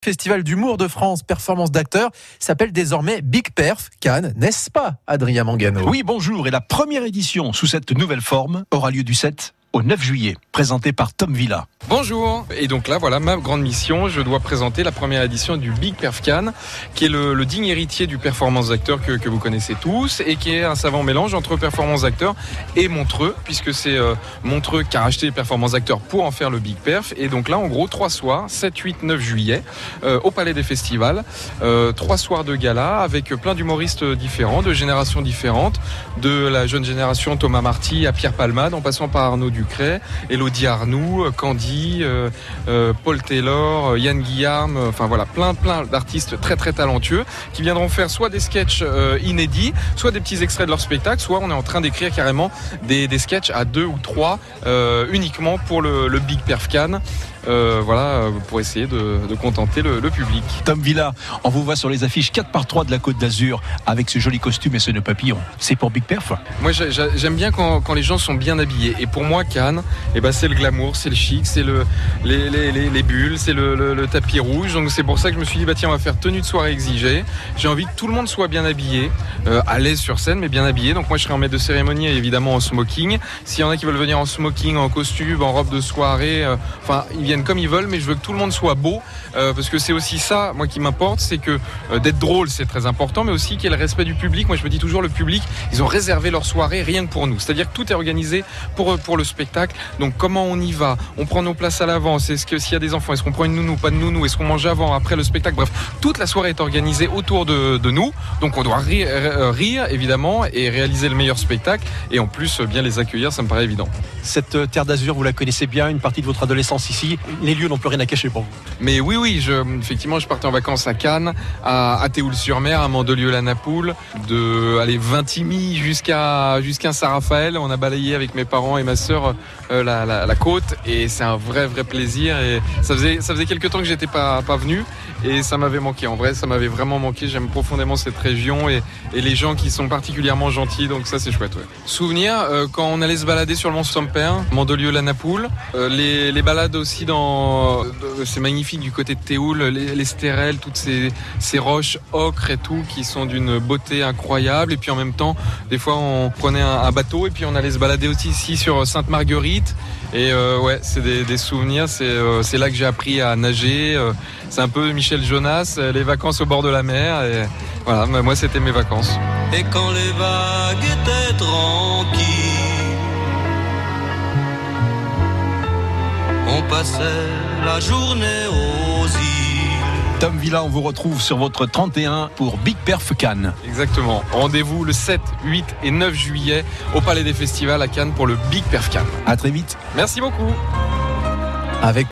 Festival d'humour de France, performance d'acteurs, s'appelle désormais Big Perf Cannes, n'est-ce pas, Adrien Mangano? Oui, bonjour. Et la première édition sous cette nouvelle forme aura lieu du 7 au 9 juillet, présenté par Tom Villa. Bonjour. Et donc là, voilà ma grande mission. Je dois présenter la première édition du Big Perf Cannes, qui est le digne héritier du performance d'acteurs que vous connaissez tous et qui est un savant mélange entre performance d'acteurs et Montreux, puisque c'est Montreux qui a racheté les performances d'acteurs pour en faire le Big Perf. Et donc là, en gros, 3 soirs, 7, 8, 9 juillet, au Palais des Festivals. 3 soirs de gala avec plein d'humoristes différents, de générations différentes, de la jeune génération Thomas Marty à Pierre Palmade, en passant par Arnaud Ducret, Élodie Arnoux, Candy, Paul Taylor, Yann Guillaume, enfin voilà, plein d'artistes très très talentueux qui viendront faire soit des sketchs inédits, soit des petits extraits de leur spectacle, soit on est en train d'écrire carrément des sketchs à 2 ou 3 uniquement pour le Big Perf Cannes. Pour essayer de contenter le public. Tom Villa, on vous voit sur les affiches 4x3 de la Côte d'Azur avec ce joli costume et ce nœud papillon. C'est pour Big Perf? Moi j'aime bien quand les gens sont bien habillés. Et pour moi Cannes, c'est le glamour, c'est le chic, c'est les bulles, c'est le tapis rouge. Donc c'est pour ça que je me suis dit tiens, on va faire tenue de soirée exigée. J'ai envie que tout le monde soit bien habillé, à l'aise sur scène mais bien habillé. Donc moi je serai en maître de cérémonie et évidemment en smoking. S'il y en a qui veulent venir en smoking, en costume, en robe de soirée, ils viennent comme ils veulent, mais je veux que tout le monde soit beau, parce que c'est aussi ça, moi, qui m'importe, c'est que d'être drôle, c'est très important, mais aussi qu'il y ait le respect du public. Moi, je me dis toujours, le public, ils ont réservé leur soirée rien que pour nous. C'est-à-dire que tout est organisé pour le spectacle. Donc, comment on y va? On prend nos places à l'avance. Est-ce que s'il y a des enfants, est-ce qu'on prend une nounou, pas de nounou? Est-ce qu'on mange avant, après le spectacle? Bref, toute la soirée est organisée autour de nous. Donc, on doit rire, évidemment, et réaliser le meilleur spectacle. Et en plus, bien les accueillir, ça me paraît évident. Cette terre d'Azur, vous la connaissez bien, une partie de votre adolescence ici. Les lieux n'ont plus rien à cacher pour vous. Mais oui, effectivement, je partais en vacances à Cannes, à Théoul-sur-Mer, à Mandelieu-la-Napoule, de Vintimille jusqu'à Saint-Raphaël. On a balayé avec mes parents et ma sœur la côte, et c'est un vrai plaisir. Et ça faisait quelques temps que j'étais pas venu, et ça m'avait manqué. En vrai, ça m'avait vraiment manqué. J'aime profondément cette région et les gens qui sont particulièrement gentils, donc ça c'est chouette. Ouais. Souvenir, quand on allait se balader sur le Mont Saint-Père, Mandelieu-la-Napoule, les balades aussi c'est magnifique du côté de Théoul, les stérelles, toutes ces roches ocre et tout qui sont d'une beauté incroyable. Et puis en même temps, des fois on prenait un bateau et puis on allait se balader aussi ici sur Sainte-Marguerite. Et c'est des souvenirs. C'est là que j'ai appris à nager. C'est un peu Michel Jonas, les vacances au bord de la mer. Et voilà, moi c'était mes vacances. Et quand les vagues étaient tranquilles, on passait la journée aux îles. Tom Villa, on vous retrouve sur votre 31 pour Big Perf Cannes. Exactement. Rendez-vous le 7, 8 et 9 juillet au Palais des Festivals à Cannes pour le Big Perf Cannes. À très vite. Merci beaucoup. Avec